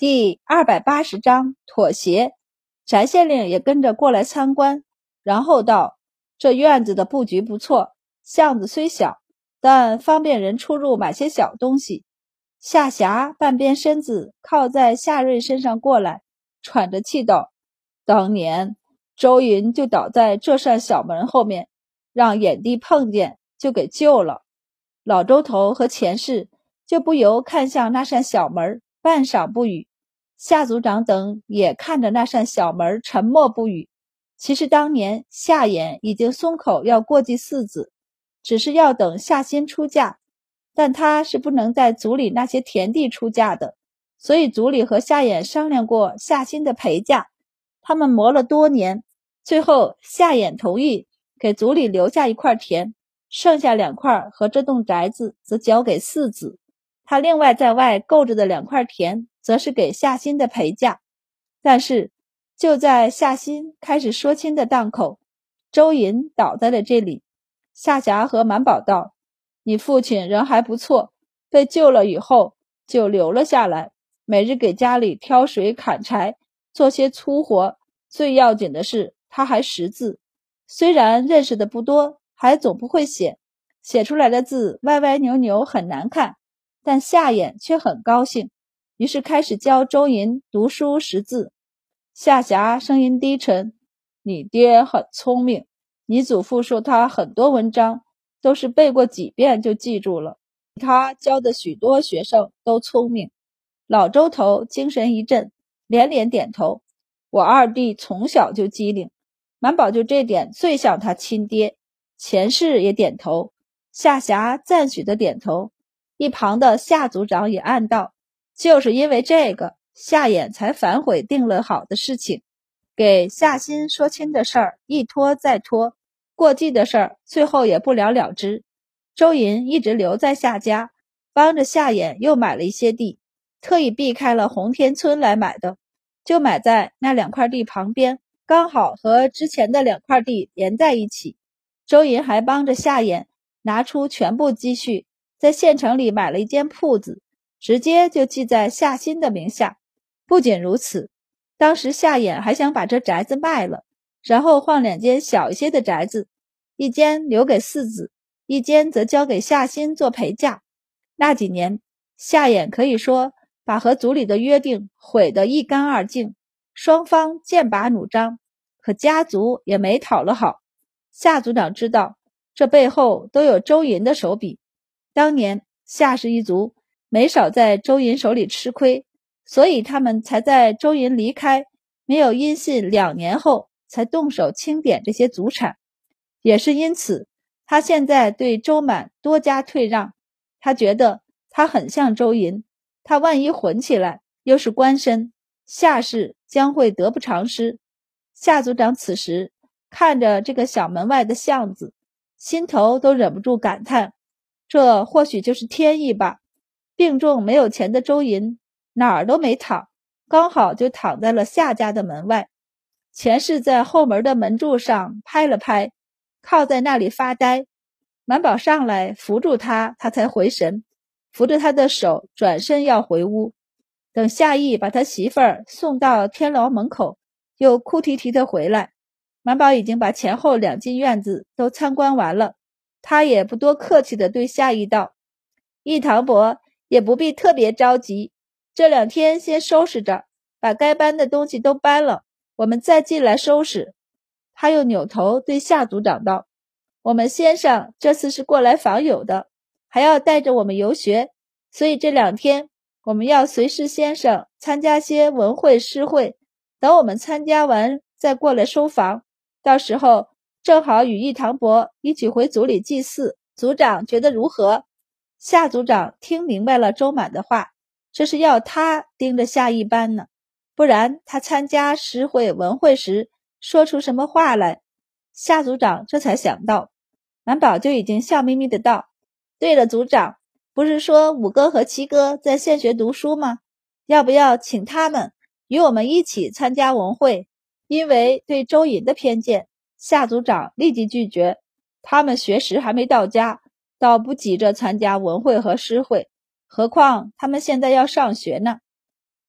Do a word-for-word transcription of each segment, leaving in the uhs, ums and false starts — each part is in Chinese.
第二百八十章妥协。翟县令也跟着过来参观，然后道：这院子的布局不错，巷子虽小，但方便人出入买些小东西。夏霞半边身子靠在夏瑞身上过来，喘着气道：当年周银就倒在这扇小门后面，让眼帝碰见就给救了。老周头和钱氏就不由看向那扇小门，半晌不语。夏组长等也看着那扇小门，沉默不语。其实当年夏衍已经松口要过继四子，只是要等夏欣出嫁，但他是不能在族里那些田地出嫁的，所以族里和夏衍商量过夏欣的陪嫁。他们磨了多年，最后夏衍同意给族里留下一块田，剩下两块和这栋宅子则交给四子，他另外在外购置的两块田则是给夏欣的陪嫁。但是就在夏欣开始说亲的档口，周银倒在了这里。夏霞和满宝道：你父亲人还不错，被救了以后就留了下来，每日给家里挑水砍柴，做些粗活。最要紧的是他还识字，虽然认识的不多，还总不会写，写出来的字歪歪扭扭很难看，但夏衍却很高兴，于是开始教周银读书识字。夏霞声音低沉：你爹很聪明，你祖父说他很多文章都是背过几遍就记住了，他教的许多学生都聪明。老周头精神一振，连连点头：我二弟从小就机灵，满宝就这点最像他亲爹。钱氏也点头，夏霞赞许的点头。一旁的夏组长也暗道：就是因为这个，夏衍才反悔定了好的事情，给夏欣说亲的事儿一拖再拖，过继的事儿最后也不了了之。周银一直留在夏家，帮着夏衍又买了一些地，特意避开了洪天村来买的，就买在那两块地旁边，刚好和之前的两块地连在一起。周银还帮着夏衍拿出全部积蓄，在县城里买了一间铺子，直接就记在夏欣的名下。不仅如此，当时夏衍还想把这宅子卖了，然后换两间小一些的宅子，一间留给四子，一间则交给夏欣做陪嫁。那几年夏衍可以说把和族里的约定毁得一干二净，双方剑拔弩张，可家族也没讨了好。夏组长知道这背后都有周银的手笔，当年夏氏一族没少在周银手里吃亏，所以他们才在周银离开没有音信两年后才动手清点这些族产。也是因此他现在对周满多加退让，他觉得他很像周银，他万一混起来又是官绅，夏氏将会得不偿失。夏组长此时看着这个小门外的巷子，心头都忍不住感叹，这或许就是天意吧。病重没有钱的周银哪儿都没躺，刚好就躺在了夏家的门外。钱氏在后门的门柱上拍了拍，靠在那里发呆。满宝上来扶住他，他才回神，扶着他的手转身要回屋。等夏邑把他媳妇儿送到天牢门口，又哭啼啼的回来。满宝已经把前后两进院子都参观完了，他也不多客气地对夏邑道：义堂伯也不必特别着急，这两天先收拾着，把该搬的东西都搬了，我们再进来收拾。他又扭头对夏组长道：我们先生这次是过来访友的，还要带着我们游学，所以这两天我们要随侍先生参加些文会诗会，等我们参加完再过来收房，到时候正好与义堂伯一起回族里祭祀，组长觉得如何？夏组长听明白了周满的话，这是要他盯着夏一班呢，不然他参加诗会文会时说出什么话来。夏组长这才想到，满宝就已经笑眯眯的道：对了，组长，不是说五哥和七哥在县学读书吗？要不要请他们与我们一起参加文会？因为对周隐的偏见，夏组长立即拒绝，他们学识还没到家，倒不急着参加文会和诗会，何况他们现在要上学呢。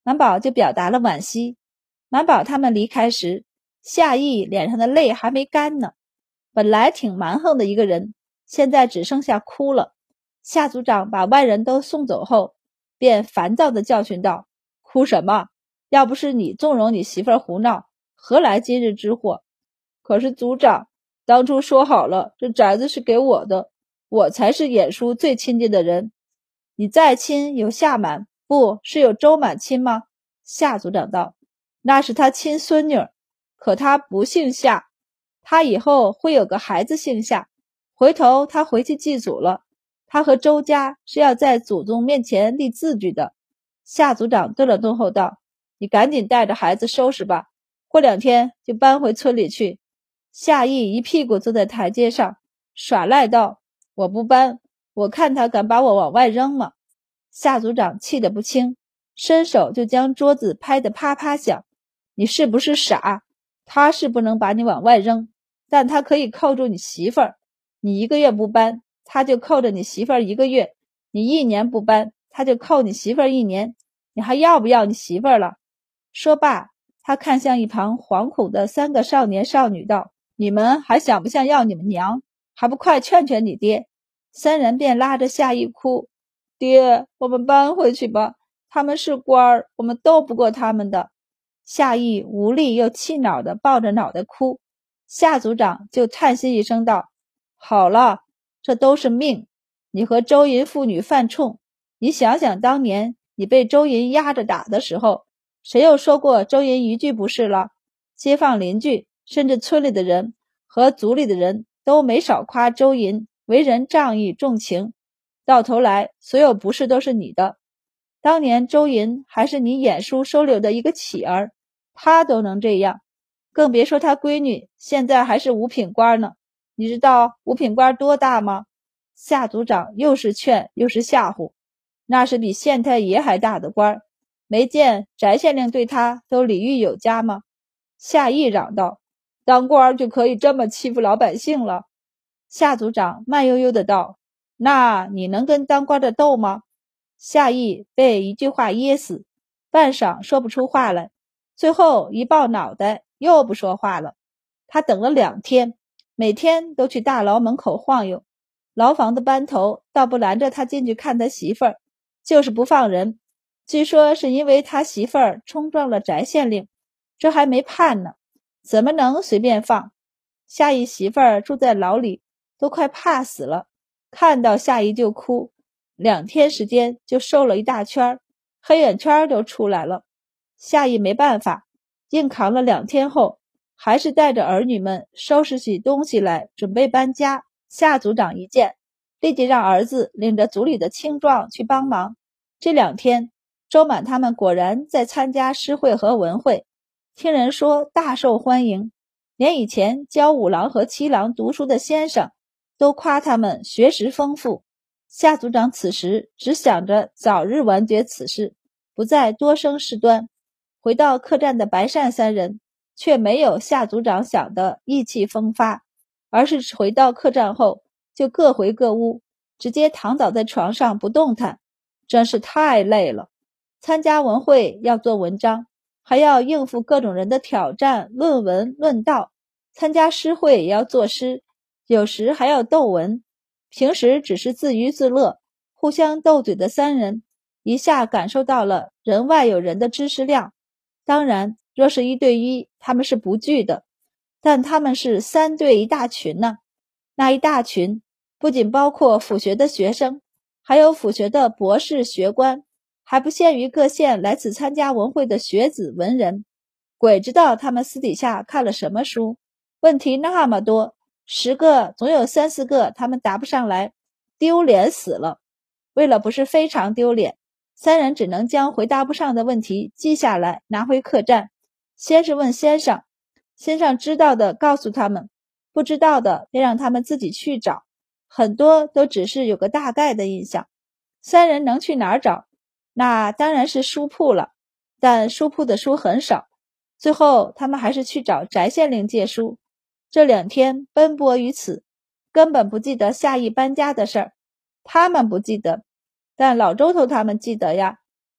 满宝就表达了惋惜。满宝他们离开时，夏意脸上的泪还没干呢。本来挺蛮横的一个人，现在只剩下哭了。夏组长把外人都送走后，便烦躁地教训道：哭什么？要不是你纵容你媳妇儿胡闹，何来今日之祸？可是组长，当初说好了，这宅子是给我的，我才是演叔最亲近的人。你再亲有夏满，不是有周满亲吗？夏组长道：那是他亲孙女，可他不姓夏，他以后会有个孩子姓夏，回头他回去祭祖了，他和周家是要在祖宗面前立字据的。夏组长顿了顿后道：你赶紧带着孩子收拾吧，过两天就搬回村里去。夏意一屁股坐在台阶上，耍赖道：我不搬，我看他敢把我往外扔吗？夏组长气得不轻，伸手就将桌子拍得啪啪响。你是不是傻？他是不能把你往外扔，但他可以扣住你媳妇儿。你一个月不搬，他就扣着你媳妇儿一个月；你一年不搬，他就扣你媳妇儿一年。你还要不要你媳妇儿了？说罢，他看向一旁惶恐的三个少年少女道：你们还想不想要你们娘？还不快劝劝你爹！三人便拉着夏意哭：爹，我们搬回去吧，他们是官儿，我们斗不过他们的。夏意无力又气恼地抱着脑袋哭。夏组长就叹息一声道：好了，这都是命。你和周银父女犯冲，你想想当年你被周银压着打的时候，谁又说过周银一句不是了？街坊邻居甚至村里的人和族里的人都没少夸周银为人仗义重情，到头来所有不是都是你的。当年周银还是你演叔收留的一个乞儿，他都能这样，更别说他闺女现在还是五品官呢。你知道五品官多大吗？夏组长又是劝又是吓唬，那是比县太爷还大的官，没见翟县令对他都礼遇有加吗？夏意嚷道：当官就可以这么欺负老百姓了？夏组长慢悠悠的道：那你能跟当官的斗吗？夏意被一句话噎死，半晌说不出话来，最后一抱脑袋又不说话了。他等了两天，每天都去大牢门口晃悠，牢房的班头倒不拦着他进去看他媳妇儿，就是不放人。据说是因为他媳妇儿冲撞了翟县令，这还没判呢，怎么能随便放？夏意媳妇儿住在牢里，都快怕死了，看到夏意就哭，两天时间就瘦了一大圈，黑眼圈都出来了。夏意没办法，硬扛了两天后，还是带着儿女们收拾起东西来，准备搬家。夏组长一见，立即让儿子领着族里的青壮去帮忙。这两天，周满他们果然在参加诗会和文会，听人说大受欢迎，连以前教五郎和七郎读书的先生都夸他们学识丰富。夏组长此时只想着早日完结此事，不再多生事端。回到客栈的白善三人却没有夏组长想的意气风发，而是回到客栈后就各回各屋，直接躺倒在床上不动弹，真是太累了。参加文会要做文章，还要应付各种人的挑战、论文、论道，参加诗会也要作诗，有时还要斗文。平时只是自娱自乐，互相斗嘴的三人一下感受到了人外有人的知识量。当然若是一对一，他们是不惧的，但他们是三对一大群呢。那一大群不仅包括府学的学生，还有府学的博士学官，还不限于各县来此参加文会的学子文人。鬼知道他们私底下看了什么书，问题那么多，十个总有三四个他们答不上来，丢脸死了。为了不是非常丢脸，三人只能将回答不上的问题记下来，拿回客栈。先是问先生，先生知道的告诉他们，不知道的便让他们自己去找，很多都只是有个大概的印象。三人能去哪儿找？那当然是书铺了，但书铺的书很少，最后他们还是去找翟县令借书。这两天奔波于此，根本不记得夏意搬家的事儿。他们不记得，但老周头他们记得呀。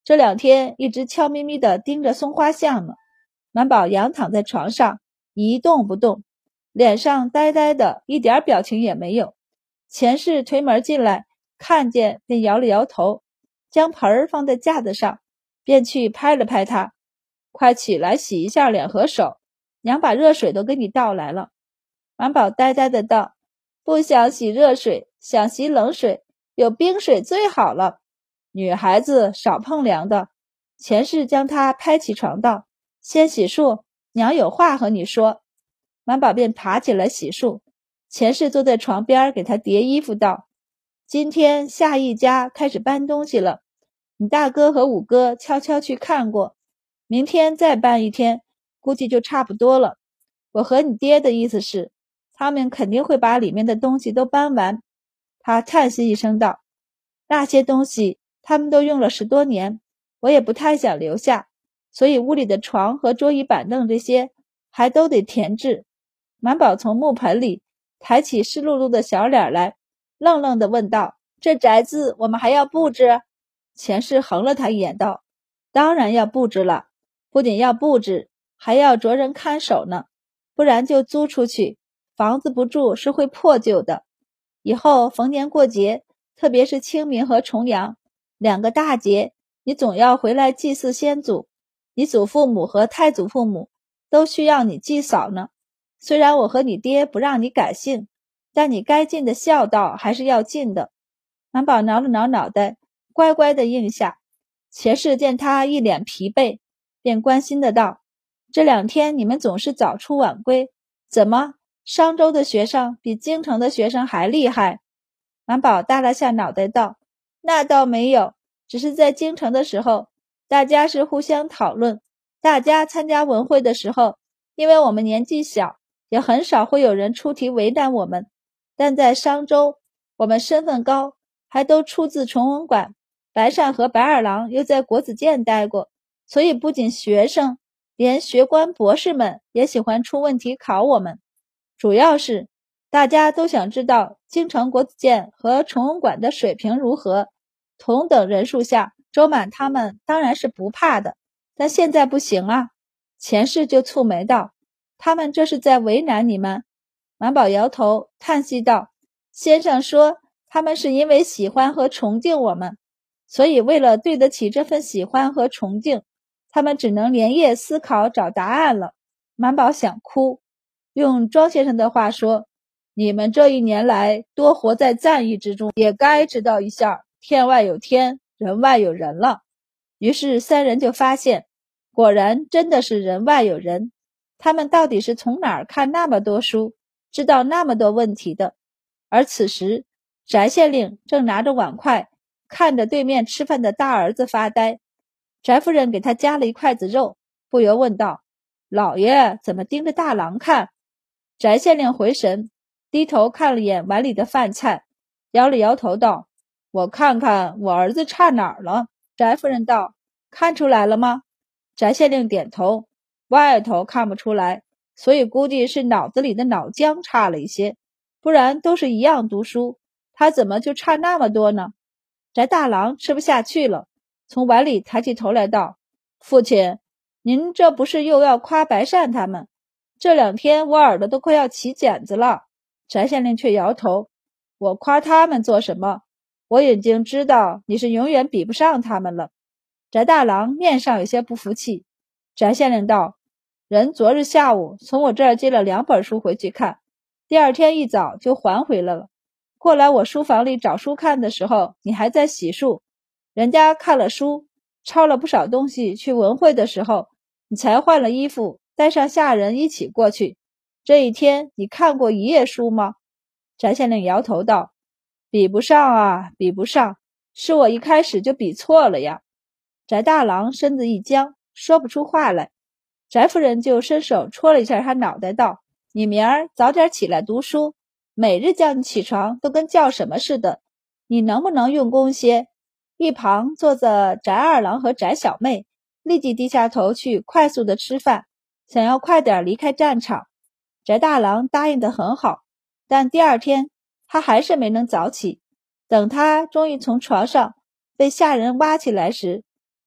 这两天一直悄咪咪地盯着松花巷呢。满宝仰躺在床上一动不动，脸上呆呆的，一点表情也没有。钱氏推门进来，看见便摇了摇头，将盆儿放在架子上，便去拍了拍他，快起来洗一下脸和手，娘把热水都给你倒来了。满宝呆呆的道，不想洗热水，想洗冷水，有冰水最好了。女孩子少碰凉的。钱氏将他拍起床道，先洗漱，娘有话和你说。满宝便爬起来洗漱。钱氏坐在床边给他叠衣服道，今天夏一家开始搬东西了，你大哥和五哥悄悄去看过，明天再搬一天，估计就差不多了。我和你爹的意思是，他们肯定会把里面的东西都搬完。他叹息一声道，那些东西他们都用了十多年，我也不太想留下，所以屋里的床和桌椅板凳这些还都得填制。满宝从木盆里抬起湿漉漉的小脸来，愣愣地问道，这宅子我们还要布置？钱氏横了他一眼道，当然要布置了，不仅要布置，还要着人看守呢，不然就租出去，房子不住是会破旧的。以后逢年过节，特别是清明和重阳两个大节，你总要回来祭祀先祖，你祖父母和太祖父母都需要你祭扫呢。虽然我和你爹不让你改姓，但你该尽的孝道还是要尽的。满宝挠了挠脑袋，乖乖的应下。钱氏见他一脸疲惫，便关心的道，这两天你们总是早出晚归，怎么商州的学生比京城的学生还厉害？满宝耷拉下脑袋道，那倒没有，只是在京城的时候，大家是互相讨论，大家参加文会的时候，因为我们年纪小，也很少会有人出题为难我们，但在商州，我们身份高，还都出自崇文馆，白善和白二郎又在国子监待过，所以不仅学生，连学官博士们也喜欢出问题考我们。主要是大家都想知道京城国子监和崇文馆的水平如何，同等人数下，周满他们当然是不怕的，但现在不行啊。钱氏就蹙眉道，他们这是在为难你们。满宝摇头叹息道，先生说他们是因为喜欢和崇敬我们，所以为了对得起这份喜欢和崇敬，他们只能连夜思考找答案了。满宝想哭，用庄先生的话说，你们这一年来多活在赞义之中，也该知道一下天外有天，人外有人了。于是三人就发现，果然真的是人外有人。他们到底是从哪儿看那么多书，知道那么多问题的？而此时翟县令正拿着碗筷看着对面吃饭的大儿子发呆。翟夫人给他夹了一筷子肉，不由问道，老爷怎么盯着大郎看？翟县令回神，低头看了眼碗里的饭菜，摇了摇头道，我看看我儿子差哪儿了。翟夫人道，看出来了吗？翟县令点头，外头看不出来，所以估计是脑子里的脑浆差了一些，不然都是一样读书，他怎么就差那么多呢？翟大郎吃不下去了，从碗里抬起头来道，父亲，您这不是又要夸白善他们？这两天我耳朵都快要起茧子了。翟县令却摇头，我夸他们做什么？我已经知道你是永远比不上他们了。翟大郎面上有些不服气。翟县令道，人昨日下午从我这儿借了两本书回去看，第二天一早就还回来了。过来我书房里找书看的时候，你还在洗漱，人家看了书，抄了不少东西，去文会的时候，你才换了衣服，带上下人一起过去。这一天你看过一页书吗？翟县令摇头道，比不上啊，比不上，是我一开始就比错了呀。翟大郎身子一僵，说不出话来。翟夫人就伸手戳了一下他脑袋道，你明儿早点起来读书，每日叫你起床都跟叫什么似的，你能不能用功些？一旁坐着翟二郎和翟小妹立即低下头去快速的吃饭，想要快点离开战场。翟大郎答应得很好，但第二天他还是没能早起。等他终于从床上被下人挖起来时，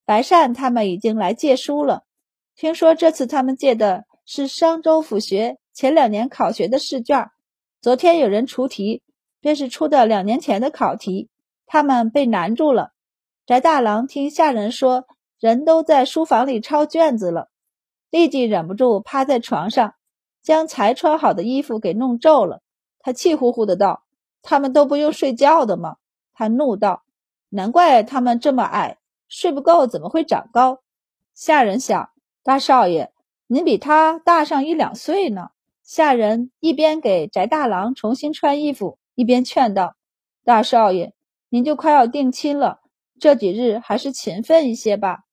白善他们已经来借书了，听说这次他们借的是商州府学前两年考学的试卷，昨天有人出题，便是出的两年前的考题，他们被难住了。翟大郎听下人说人都在书房里抄卷子了，立即忍不住趴在床上，将才穿好的衣服给弄皱了。他气呼呼的道：他们都不用睡觉的吗？他怒道：难怪他们这么矮，睡不够怎么会长高？下人想：大少爷，您比他大上一两岁呢。下人一边给翟大郎重新穿衣服，一边劝道：大少爷，您就快要定亲了，这几日还是勤奋一些吧。